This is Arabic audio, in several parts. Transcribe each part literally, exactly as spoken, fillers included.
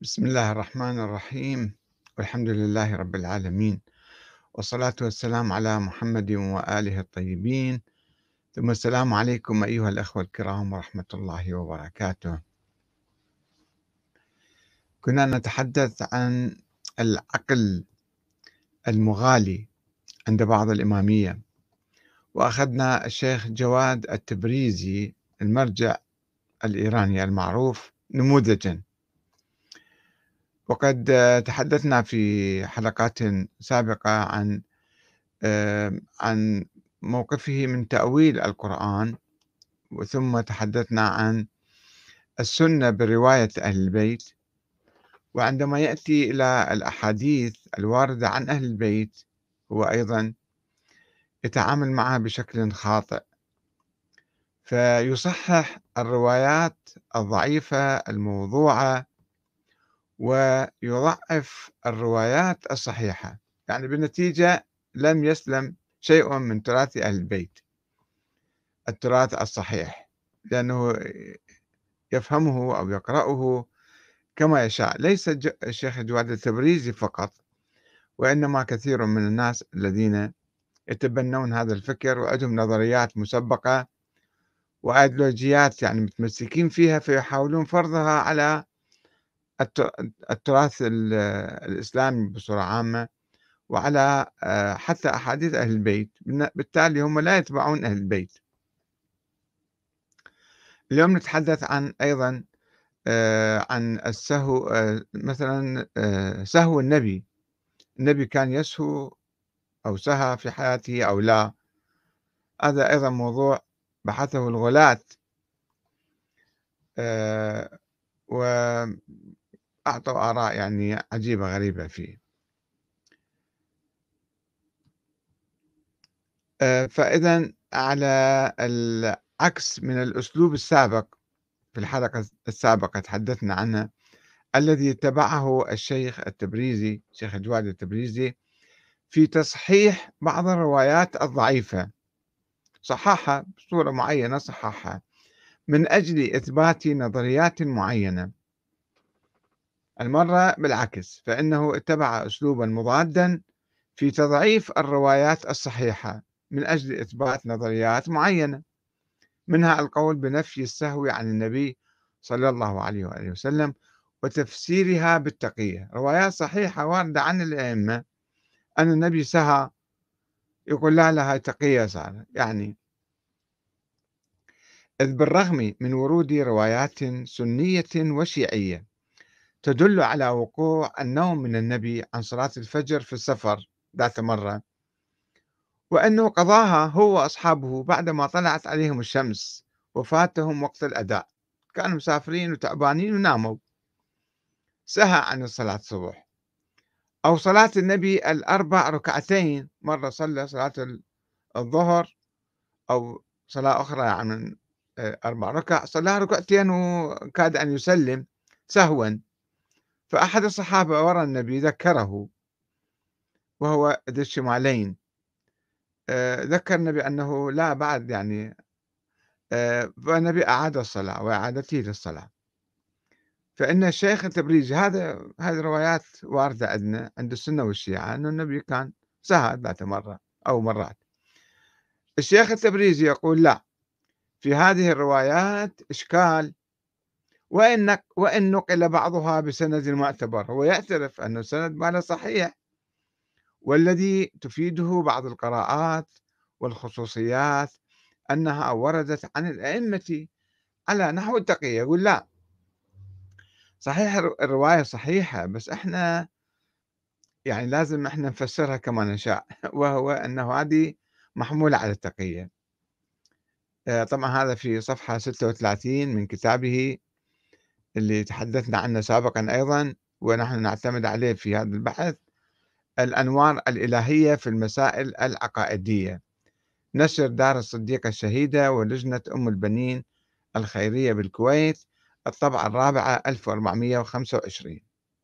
بسم الله الرحمن الرحيم، والحمد لله رب العالمين، والصلاة والسلام على محمد وآله الطيبين، ثم السلام عليكم أيها الأخوة الكرام ورحمة الله وبركاته. كنا نتحدث عن العقل المغالي عند بعض الإمامية، وأخذنا الشيخ جواد التبريزي المرجع الإيراني المعروف نموذجا. وقد تحدثنا في حلقات سابقة عن آه، عن موقفه من تأويل القرآن، ثم تحدثنا عن السنة برواية أهل البيت، وعندما يأتي إلى الأحاديث الواردة عن أهل البيت هو أيضا يتعامل معها بشكل خاطئ، فيصحح الروايات الضعيفة الموضوعة ويضعف الروايات الصحيحة، يعني بالنتيجة لم يسلم شيء من تراث أهل البيت، التراث الصحيح، لأنه يفهمه أو يقرأه كما يشاء. ليس ج- الشيخ جواد التبريزي فقط، وإنما كثير من الناس الذين يتبنون هذا الفكر وعندهم نظريات مسبقة وأيديولوجيات يعني متمسكين فيها، فيحاولون فرضها على الت- التراث ال- الإسلامي بصورة عامة، وعلى آه، حتى أحاديث أهل البيت. بالتالي هم لا يتبعون أهل البيت. اليوم نتحدث عن أيضا آه، عن السهو، آه، مثلا آه، سهو النبي. النبي كان يسهو أو سهى في حياته أو لا؟ هذا أيضا موضوع بحثه الغلاة، آه، وأعطوا آراء يعني عجيبة غريبة فيه. آه، فإذا على العكس من الأسلوب السابق، في الحلقة السابقة تحدثنا عنه، الذي اتبعه الشيخ التبريزي، شيخ جواد التبريزي، في تصحيح بعض الروايات الضعيفة. صححها بصورة معينة، صححها من أجل إثبات نظريات معينة. المرة بالعكس، فإنه اتبع أسلوبا مضادا في تضعيف الروايات الصحيحة من أجل إثبات نظريات معينة، منها القول بنفي السهو عن النبي صلى الله عليه وآله وسلم وتفسيرها بالتقية. روايات صحيحة واردة عن الأئمة أن النبي سهى، يقول لا لا هاي تقية صار يعني. إذ بالرغم من ورود روايات سنية وشيعية تدل على وقوع النوم من النبي عن صلاة الفجر في السفر ذات مرة، وأنه قضاها هو وأصحابه بعدما طلعت عليهم الشمس وفاتهم وقت الأداء، كانوا مسافرين وتعبانين وناموا، سهى عن الصلاة الصبح. أو صلاة النبي الأربع ركعتين، مرة صلى صلاة الظهر أو صلاة أخرى يعني آه، أربع ركع، صلى ركعتين وكاد أن يسلم سهوا، فأحد الصحابة وراء النبي ذكره وهو ذي الشمالين، آه، ذكر النبي أنه لا بعد يعني، آه، فالنبي أعاد الصلاة وإعادته للصلاة. فإن الشيخ التبريزي، هذا هذه روايات واردة عندنا عند السنة والشيعة، أنه النبي كان سهى ذات مرة أو مرات. الشيخ التبريزي يقول لا، في هذه الروايات إشكال، وإن نق- وإن نقل بعضها بسند معتبر. هو يعترف أن السند ماله صحيح، والذي تفيده بعض القراءات والخصوصيات أنها وردت عن الأئمة على نحو التقية. يقول لا، صحيح الر- الرواية صحيحة، بس إحنا يعني لازم إحنا نفسرها كما نشاء وهو أنه هذه محمولة على التقية. آه، طبعا هذا في صفحة ستة وثلاثين من كتابه اللي تحدثنا عنه سابقا أيضا، ونحن نعتمد عليه في هذا البحث، الأنوار الإلهية في المسائل العقائدية، نشر دار الصديقة الشهيدة ولجنة أم البنين الخيرية بالكويت، الطبعة الرابعة ألف وأربعمئة وخمسة وعشرين.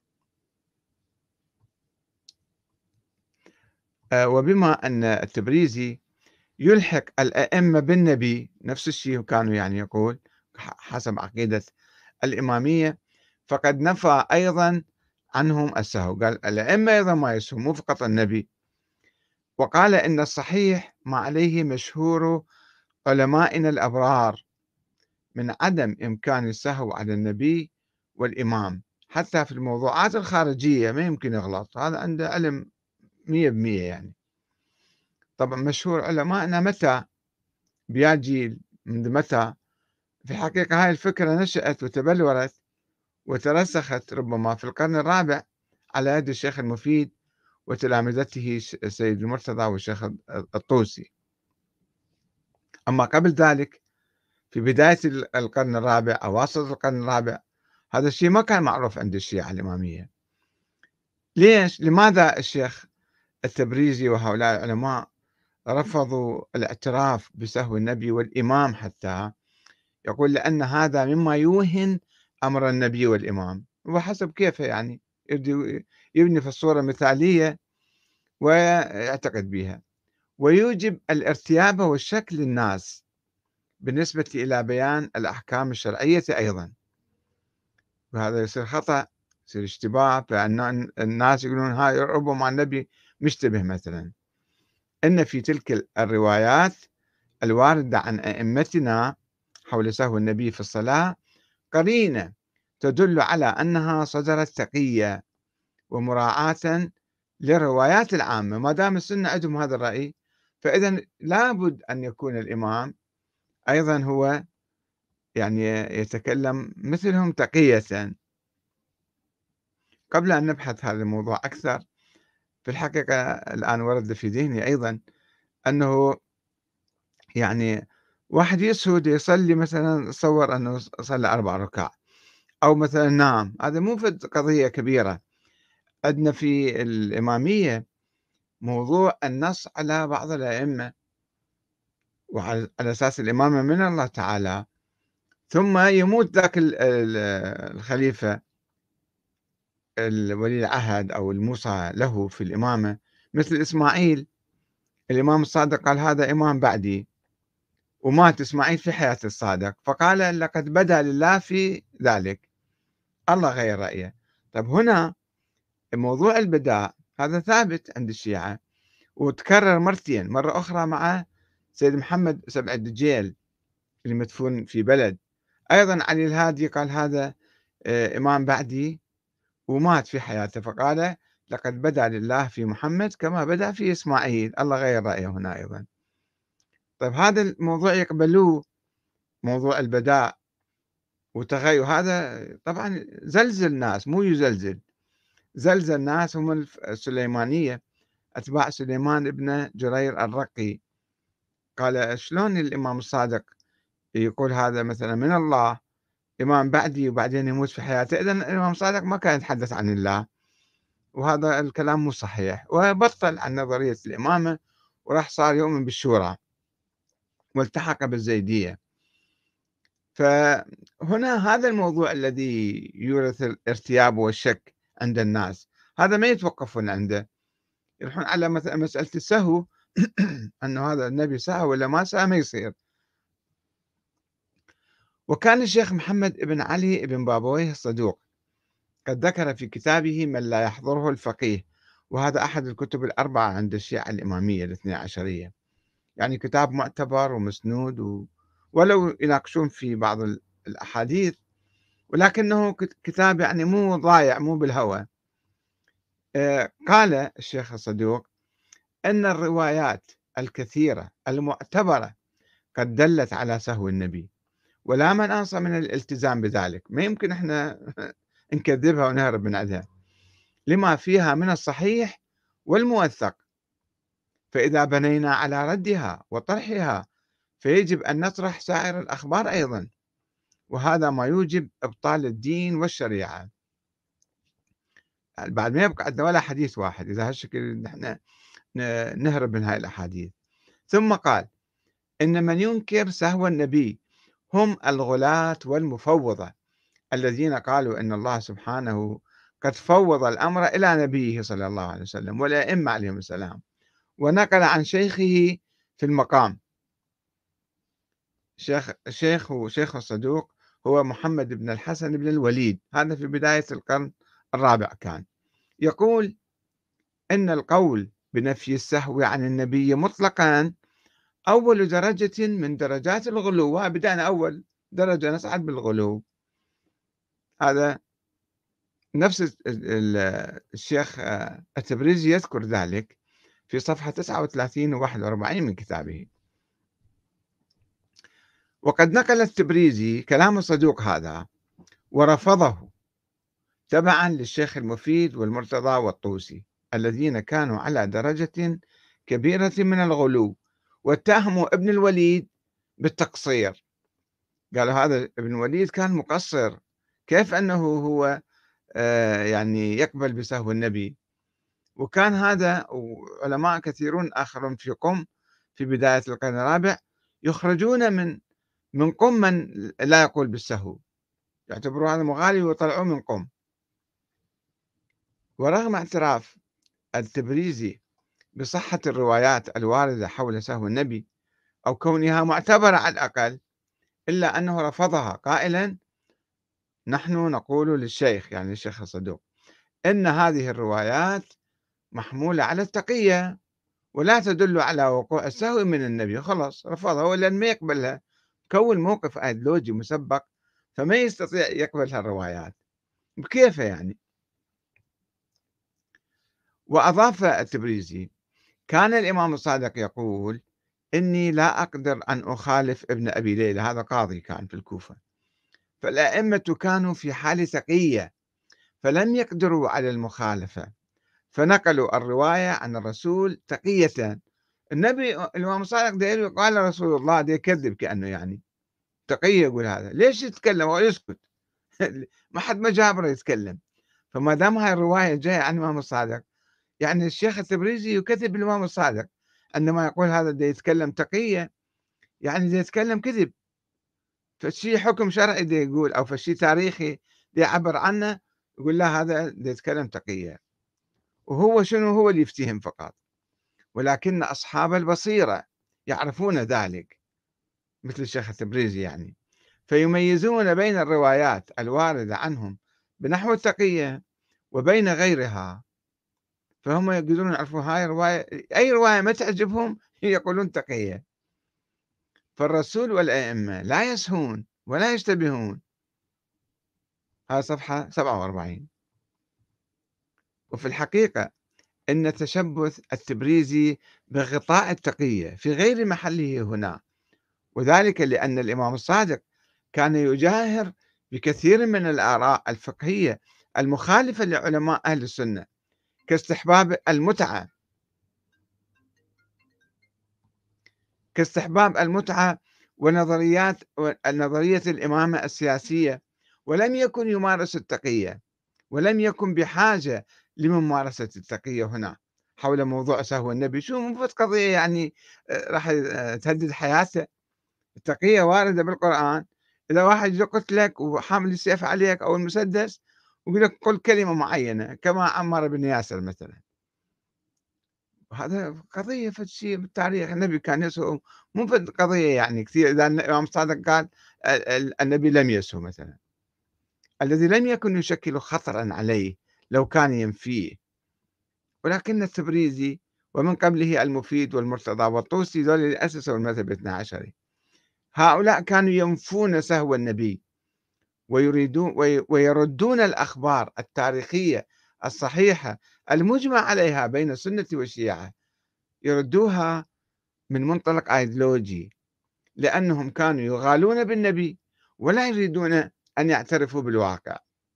آه، وبما أن التبريزي يلحق الأئمة بالنبي، نفس الشيء كانوا يعني يقول حسب عقيدة الإمامية، فقد نفى أيضا عنهم السهو. قال الأئمة أيضا ما يسهون، مو فقط النبي. وقال إن الصحيح ما عليه مشهور علمائنا الأبرار من عدم إمكان السهو على النبي والإمام، حتى في الموضوعات الخارجية ما يمكن يغلط، هذا عنده علم مية بالمية يعني. طبعا مشهور علمائنا متى؟ بيا جيل، منذ متى؟ في الحقيقة هاي الفكرة نشأت وتبلورت وترسخت ربما في القرن الرابع على يد الشيخ المفيد وتلامذته السيد المرتضى والشيخ الطوسي. أما قبل ذلك في بداية القرن الرابع أو وسط القرن الرابع هذا الشيء ما كان معروف عند الشيعة الإمامية. ليش؟ لماذا الشيخ التبريزي وهؤلاء العلماء رفضوا الاعتراف بسهو النبي والإمام؟ حتى يقول لأن هذا مما يوهن أمر النبي والإمام، وحسب كيفه يعني يبني في الصورة مثالية ويعتقد بها، ويوجب الارتياب والشك للناس بالنسبة إلى بيان الأحكام الشرعية أيضا. وهذا يصير خطأ، يصير اشتباه، فأن الناس يقولون هاي ربما النبي مشتبه مثلا. إن في تلك الروايات الواردة عن أئمتنا حول سهو النبي في الصلاة قرينة تدل على أنها صدرت تقية ومراعاة للروايات العامة. ما دام السنة عندهم هذا الرأي، فإذا لابد أن يكون الإمام أيضا هو يعني يتكلم مثلهم تقية. قبل أن نبحث هذا الموضوع أكثر، في الحقيقة الآن ورد في ذهني أيضا أنه يعني واحد يسهد يصلي مثلا، تصور أنه صلى أربع ركع أو مثلا نام، هذا مو فد قضية كبيرة. عندنا في الإمامية موضوع النص على بعض الأئمة وعلى على أساس الإمامة من الله تعالى، ثم يموت ذاك ال- ال- الخليفة الولي العهد أو الموصى له في الإمامة، مثل إسماعيل الإمام الصادق قال هذا إمام بعدي، ومات إسماعيل في حياة الصادق، فقال لقد بدا لله في ذلك، الله غير رأيه. طيب هنا موضوع البداء هذا ثابت عند الشيعة، وتكرر مرتين، مرة أخرى مع سيد محمد سبع الدجيل اللي مدفون في بلد، أيضا علي الهادي قال هذا آه، إمام بعدي ومات في حياته، فقال لقد بدا لله في محمد كما بدا في إسماعيل، الله غير رأيه هنا أيضا. طيب هذا الموضوع يقبلوه، موضوع البداء وتغير، هذا طبعا زلزل ناس، مو يزلزل، زلزل ناس هم الف- السليمانية، أتباع سليمان بن جرير الرقي. قال شلون الإمام الصادق يقول هذا مثلا من الله إمام بعدي وبعدين يموت في حياته، إذن الإمام الصادق ما كان يتحدث عن الله، وهذا الكلام مو صحيح، وبطل عن نظرية الإمامة وراح صار يؤمن بالشورى والتحق بالزيدية. فهنا هذا الموضوع الذي يورث الارتياب والشك عند الناس، هذا ما يتوقفون عنده، يروحون على مثلا مسألة السهو أنه هذا النبي سهى ولا ما سهى ما يصير. وكان الشيخ محمد بن علي بن بابويه الصدوق قد ذكر في كتابه من لا يحضره الفقيه، وهذا أحد الكتب الأربعة عند الشيعة الإمامية الاثنى عشرية، يعني كتاب معتبر ومسنود و... ولو يناقشون في بعض ال- الأحاديث، ولكنه كت- كتاب يعني مو ضايع، مو بالهوى. آه، قال الشيخ الصدوق أن الروايات الكثيرة المعتبرة قد دلت على سهو النبي، ولا مناص من الالتزام بذلك، ما يمكن احنا نكذبها ونهرب من عندها، لما فيها من الصحيح والموثق، فإذا بنينا على ردها وطرحها فيجب أن نطرح سائر الأخبار أيضا، وهذا ما يوجب إبطال الدين والشريعة. يعني بعد ما يبقى عندنا ولا حديث واحد إذا هالشكل نحن نهرب من هاي الأحاديث. ثم قال إن من ينكر سهو النبي هم الغلاة والمفوضة الذين قالوا إن الله سبحانه قد فوض الأمر إلى نبيه صلى الله عليه وسلم والأئمة عليهم السلام، ونقل عن شيخه في المقام. شيخ الشيخ هو شيخ الصدوق هو محمد بن الحسن بن الوليد، هذا في بداية القرن الرابع كان، يقول إن القول بنفي السهو عن النبي مطلقا أول درجة من درجات الغلو، وبدأنا أول درجة نصعد بالغلو. هذا نفس ال- ال- الشيخ آه، التبريزي يذكر ذلك في صفحة تسعة وثلاثين و واحد وأربعين من كتابه. وقد نقل التبريزي كلام الصدوق هذا ورفضه تبعا للشيخ المفيد والمرتضى والطوسي، الذين كانوا على درجة كبيرة من الغلو، واتهموا ابن الوليد بالتقصير. قالوا هذا ابن الوليد كان مقصر، كيف أنه هو آه، يعني يقبل بسهو النبي. وكان هذا وعلماء كثيرون آخرون في قم في بداية القرن الرابع يخرجون من من قم من لا يقول بالسهو، يعتبروا هذا مغالي ويطلعوه من قم. ورغم اعتراف التبريزي بصحة الروايات الواردة حول سهو النبي أو كونها معتبرة على الأقل، إلا أنه رفضها قائلا: نحن نقول للشيخ، يعني الشيخ الصدوق، إن هذه الروايات محمولة على التقية ولا تدل على وقوع السهو من النبي. خلاص رفضها، هو لأن ما يقبلها، كون موقف أيديولوجي مسبق فما يستطيع يقبل هالروايات بكيفه يعني. وأضاف التبريزي: كان الإمام الصادق يقول: إني لا أقدر أن أخالف ابن أبي ليلى، هذا قاضي كان في الكوفة، فالأئمة كانوا في حال تقية فلم يقدروا على المخالفة، فنقلوا الرواية عن الرسول تقية. النبي الإمام الصادق دير قال رسول الله، دي يكذب كأنه يعني تقية، يقول هذا ليش يتكلم ويسكت؟ ما حد ما جابره يتكلم. فما دام هاي الرواية جاية عن الإمام الصادق، يعني الشيخ التبريزي يكذب الإمام الصادق عندما يقول هذا دي يتكلم تقية، يعني دي يتكلم كذب. فشي حكم شرعي دي يقول أو فشي تاريخي دي يعبر عنه، يقول لا هذا دي يتكلم تقية. وهو شنو؟ هو اللي يفتهم فقط، ولكن أصحاب البصيرة يعرفون ذلك مثل الشيخ التبريزي يعني، فيميزون بين الروايات الواردة عنهم بنحو التقية وبين غيرها. فهم يقدرون يعرفون هاي الرواية، أي رواية ما تعجبهم يقولون تقية. فالرسول والأئمة لا يسهون ولا يشتبهون. هذا صفحة سبعة وأربعين. وفي الحقيقة أن تشبث التبريزي بغطاء التقية في غير محله هنا، وذلك لأن الإمام الصادق كان يجاهر بكثير من الآراء الفقهية المخالفة لعلماء أهل السنة، كاستحباب المتعة كاستحباب المتعة ونظريات نظرية الإمامة السياسية، ولم يكن يمارس التقية، ولم يكن بحاجة لممارسة التقية هنا حول موضوع سهو النبي. شو مفت قضية يعني آه، راح آه، تهدد حياته؟ التقية واردة بالقرآن. إذا واحد يقتلك وحامل السيف عليك أو المسدس ويقول لك قل كلمة معينة كما عمار بن ياسر مثلا، هذا قضية فد شيء بالتاريخ النبي كان يسهو، مو فد قضية يعني كثير. إذا الإمام الصادق قال ال- ال- النبي لم يسهو مثلا، الذي لم يكن يشكل خطرا عليه لو كان ينفيه. ولكن التبريزي ومن قبله المفيد والمرتضى والطوسي، ذول اللي أسسوا المذهب الاثنى عشري، هؤلاء كانوا ينفون سهو النبي ويريدون وي- ويردون الأخبار التاريخية الصحيحة المجمع عليها بين السنة والشيعة، يردوها من منطلق أيديولوجي، لأنهم كانوا يغالون بالنبي ولا يريدون أن يعترفوا بالواقع.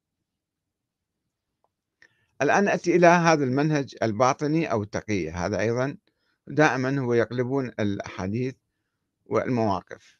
الآن نأتي إلى هذا المنهج الباطني أو التقية، هذا أيضا دائما هو يقلبون الأحاديث والمواقف.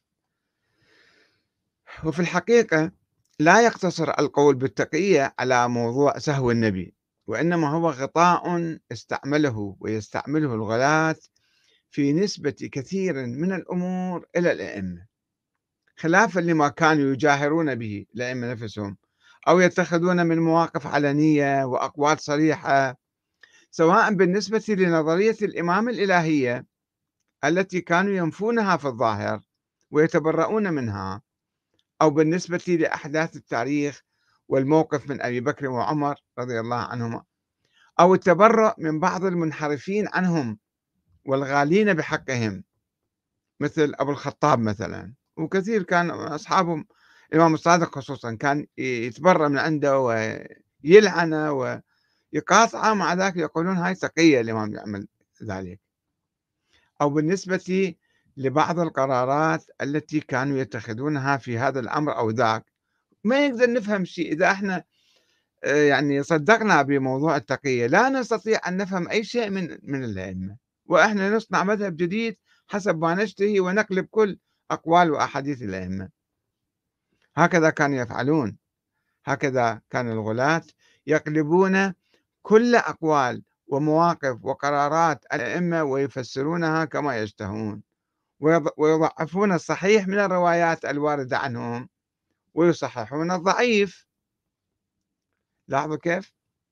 وفي الحقيقة لا يقتصر القول بالتقية على موضوع سهو النبي، وإنما هو غطاء استعمله ويستعمله الغلاة في نسبة كثير من الأمور إلى الأئمة، خلافا لما كانوا يجاهرون به الأئمة نفسهم أو يتخذون من مواقف علنية وأقوال صريحة، سواء بالنسبة لنظرية الإمامة الإلهية التي كانوا ينفونها في الظاهر ويتبرؤون منها، أو بالنسبة لأحداث التاريخ والموقف من أبي بكر وعمر رضي الله عنهما، أو التبرؤ من بعض المنحرفين عنهم والغالين بحقهم مثل أبو الخطاب مثلا، وكثير كان أصحابهم. الإمام الصادق خصوصا كان يتبرأ من عنده ويلعنه ويقاطعه، مع ذلك يقولون هاي تقية الإمام يعمل ذلك. أو بالنسبة لبعض القرارات التي كانوا يتخذونها في هذا الأمر أو ذاك، ما نقدر نفهم شيء إذا إحنا آآ يعني صدّقنا بموضوع التقية، لا نستطيع أن نفهم أي شيء من من الأئمة، وإحنا نصنع مذهب جديد حسب ما نشتهي ونقلب كل أقوال وأحاديث الأئمة. هكذا كانوا يفعلون، هكذا كان الغلاة يقلبون كل أقوال ومواقف وقرارات الأئمة ويفسرونها كما يشتهون، ويض ويضعفون الصحيح من الروايات الواردة عنهم ويصححون الضعيف. لاحظوا كيف؟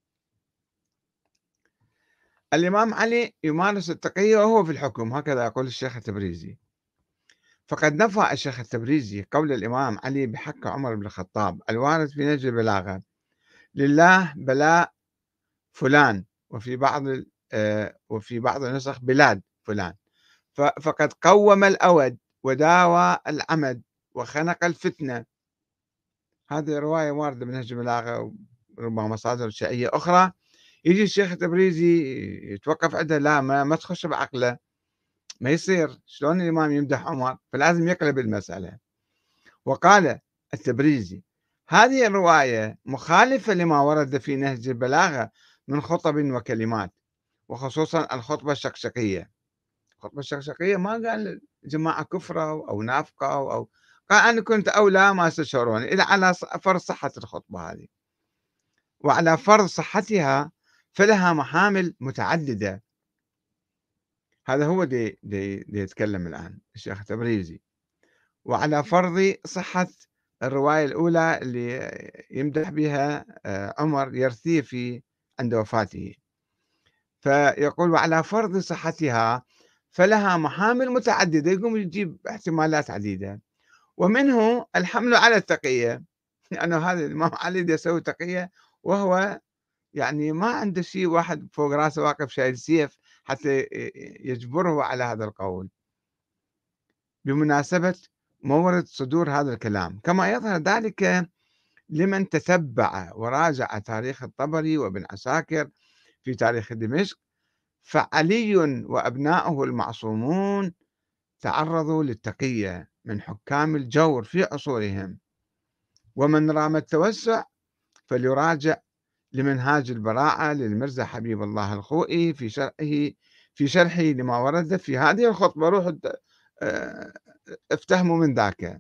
الإمام علي يمارس التقية وهو في الحكم، هكذا يقول الشيخ التبريزي. فقد نفى الشيخ التبريزي قول الإمام علي بحق عمر بن الخطاب الوارد في نهج البلاغة: لله بلاء فلان، وفي بعض ال- آه، وفي بعض النسخ بلاد فلان، ف- فقد قوم الأود وداوى العمد وخنق الفتنة. هذه رواية واردة من نهج البلاغة وربما مصادر شيعية أخرى. يجي الشيخ التبريزي يتوقف عنده: لا، ما, ما تخش بعقله، ما يصير، شلون الإمام يمدح عمر؟ فلازم يقلب المسألة. وقال التبريزي: هذه الرواية مخالفة لما ورد في نهج البلاغة من خطب وكلمات، وخصوصا الخطبة الشقشقية. الخطبة الشقشقية ما قال جماعة كفروا أو نافقوا، أو قال: أنا كنت أولى ما استشعروني، إلى على فرض صحة الخطبة هذه، وعلى فرض صحتها فلها محامل متعددة. هذا هو دي, دي, دي يتكلم الآن الشيخ التبريزي. وعلى فرض صحة الرواية الأولى اللي يمدح بها آه، عمر يرثيه في عند وفاته، فيقول: وعلى فرض صحتها فلها محامل متعددة، يقوم يجيب احتمالات عديدة، ومنه الحمل على التقية. لأنه هذا الإمام علي بده يسوي تقية، وهو يعني ما عنده شيء، واحد فوق راسه واقف شايل سيف حتى يجبره على هذا القول. بمناسبة مورد صدور هذا الكلام، كما يظهر ذلك لمن تتبع وراجع تاريخ الطبري وابن عساكر في تاريخ دمشق، فعلي وأبناؤه المعصومون تعرضوا للتقية من حكام الجور في عصورهم. ومن رام التوسع فليراجع لمنهاج البراعة للمرزا حبيب الله الخوئي في شرحه في شرحه لما ورد في هذه الخطبة. روحوا آه، افتهموا من ذاك.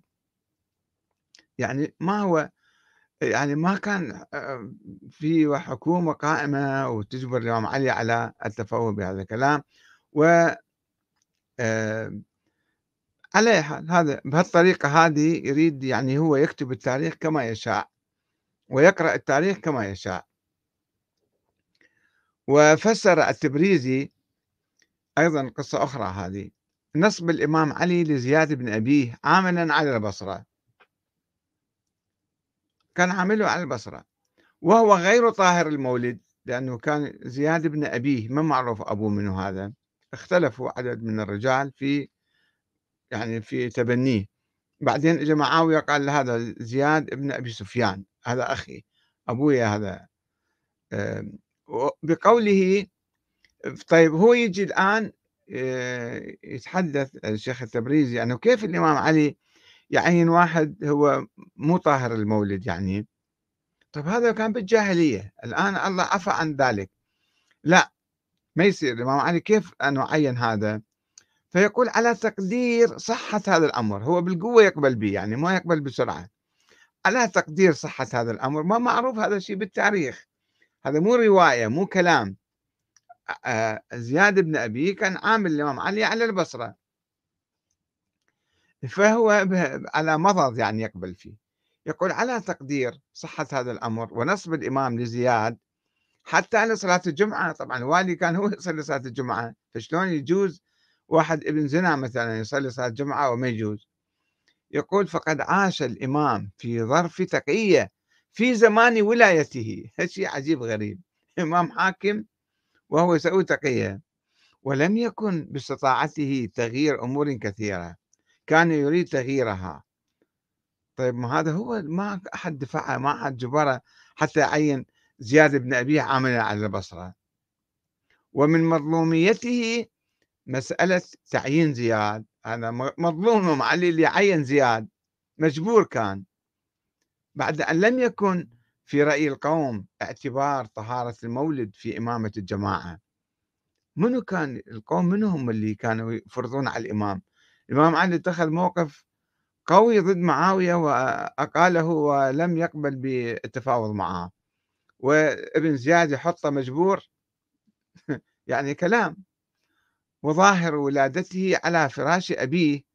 يعني ما هو، يعني ما كان آه، في حكومة قائمة وتجبر الإمام علي على التفوه بهذا الكلام. و آه، على أي حال، هذا بهالطريقة هذه يريد يعني هو يكتب التاريخ كما يشاء ويقرأ التاريخ كما يشاء. وفسر التبريزي أيضا قصة أخرى هذه: نصب الإمام علي لزياد بن أبيه عاملا على البصرة. كان عامله على البصرة وهو غير طاهر المولد، لأنه كان زياد بن أبيه ما معروف أبوه منه هذا. اختلفوا عدد من الرجال في يعني في تبنيه. بعدين اجى معاوية قال: هذا زياد بن أبي سفيان، هذا أخي، أبويا هذا. آم، بقوله. طيب هو يجي الآن آه، يتحدث الشيخ التبريزي أنه كيف الإمام علي يعين واحد هو مو طاهر المولد يعني. طيب هذا كان بالجاهلية، الآن الله عفى عن ذلك. لا، ما يصير. الإمام علي كيف أنه عين هذا؟ فيقول: على تقدير صحة هذا الأمر، هو بالقوة يقبل به، يعني ما يقبل بسرعة. على تقدير صحة هذا الأمر، ما معروف هذا الشيء بالتاريخ، هذا مو رواية مو كلام. آه، زياد بن أبي كان عامل الإمام علي على البصرة، فهو ب- على مضض يعني يقبل فيه. يقول: على تقدير صحة هذا الأمر ونصب الإمام لزياد حتى على صلاة الجمعة. طبعا الوالي كان هو يصلي صلاة الجمعة، فشلون يجوز واحد ابن زنا مثلا يصلي صلاة الجمعة وما يجوز؟ يقول: فقد عاش الإمام في ظرف تقية في زمان ولايته. شيء عجيب غريب، إمام حاكم وهو يسوي تقية، ولم يكن باستطاعته تغيير أمور كثيرة، كان يريد تغييرها. طيب ما هذا هو، ما أحد دفعه، ما أحد جبره حتى يعين زياد بن أبيه عاملا على البصرة. ومن مظلوميته مسألة تعيين زياد، أنا م مظلوم علي اللي عيّن زياد، مجبور كان، بعد أن لم يكن في رأي القوم اعتبار طهارة المولد في إمامة الجماعة. منو كان القوم، منو هم اللي كانوا يفرضون على الإمام؟ الإمام علي اتخذ موقف قوي ضد معاوية وأقاله ولم يقبل بالتفاوض معه، وابن زياد يحطه مجبور. يعني كلام. وظاهر ولادته على فراش أبيه،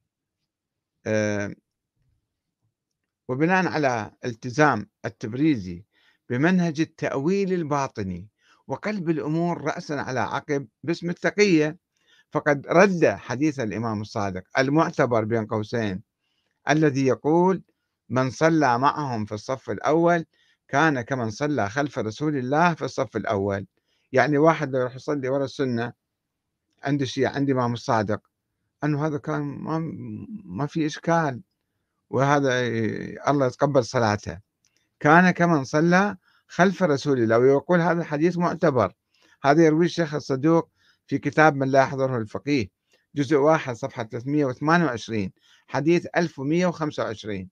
آآ وبناءً على التزام التبريزي بمنهج التأويل الباطني وقلب الأمور رأسًا على عقب باسم التقية، فقد رد حديث الإمام الصادق المعتبر بين قوسين الذي يقول: من صلى معهم في الصف الأول كان كمن صلى خلف رسول الله في الصف الأول. يعني واحد لو يروح يصلي ورا السنة عند الشيعة عند الإمام الصادق، أنه هذا كان ما ما في إشكال، وهذا ي الله يتقبل صلاته. كان كمن صلى خلف رسول الله، ويقول هذا الحديث معتبر. هذا يرويه الشيخ الصدوق في كتاب من لا يحضره الفقيه، جزء واحد صفحة ثلاثمئة وثمانية وعشرين، حديث ألف ومئة وخمسة وعشرين.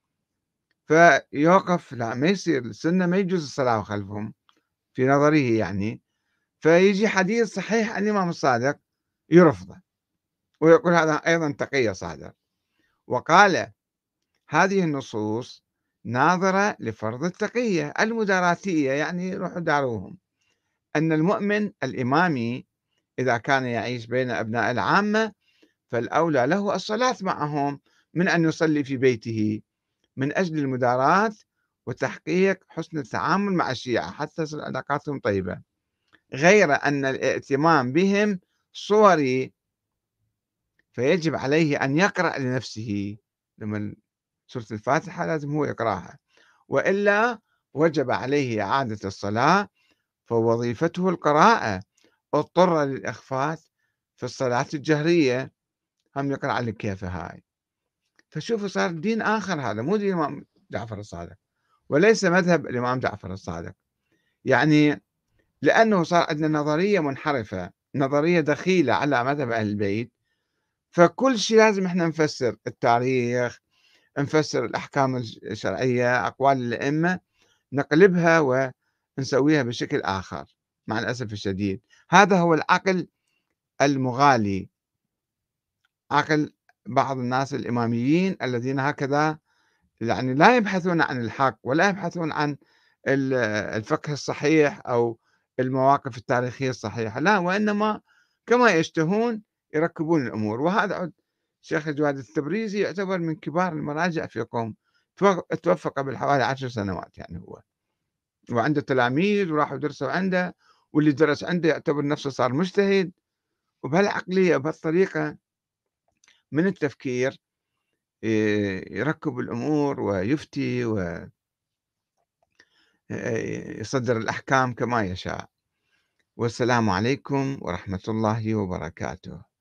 فيوقف، لا ما يصير، السنة ما يجوز الصلاة خلفهم في نظره يعني. فيجي حديث صحيح عن الإمام الصادق يرفضه، ويقول هذا أيضا تقية صادق. وقال: هذه النصوص ناظرة لفرض التقية المداراتية، يعني روحوا داروهم، أن المؤمن الإمامي إذا كان يعيش بين أبناء العامة فالأولى له الصلاة معهم من أن يصلي في بيته، من أجل المداراة وتحقيق حسن التعامل مع الشيعة حتى تصير علاقاتهم طيبة، غير أن الائتمام بهم صوري، فيجب عليه أن يقرأ لنفسه. لما سورة الفاتحة لازم هو يقرأها، وإلا وجب عليه إعادة الصلاة، فوظيفته القراءة، اضطر للإخفات في الصلاة الجهرية، هم يقرأ على كيفه هاي. فشوفوا صار دين آخر، هذا مو دين الإمام جعفر الصادق، وليس مذهب الإمام جعفر الصادق. يعني لأنه صار عندنا نظرية منحرفة، نظرية دخيلة على مذهب أهل البيت، فكل شيء لازم احنا نفسر التاريخ، نفسر الأحكام الشرعية، أقوال الأئمة، نقلبها ونسويها بشكل آخر. مع الأسف الشديد هذا هو العقل المغالي، عقل بعض الناس الإماميين الذين هكذا، يعني لا يبحثون عن الحق ولا يبحثون عن ال- الفقه الصحيح أو المواقف التاريخية الصحيحة، لا، وإنما كما يشتهون يركبون الأمور. وهذا عد الشيخ جواد التبريزي يعتبر من كبار المراجع في قوم، توف- توفى قبل حوالي عشر سنوات يعني هو، وعنده تلاميذ وراحوا درسوا عنده، واللي درس عنده يعتبر نفسه صار مجتهد. وبهالعقلية وبهالطريقة من التفكير ي- يركب الأمور ويفتي ويصدر الأحكام كما يشاء. والسلام عليكم ورحمة الله وبركاته.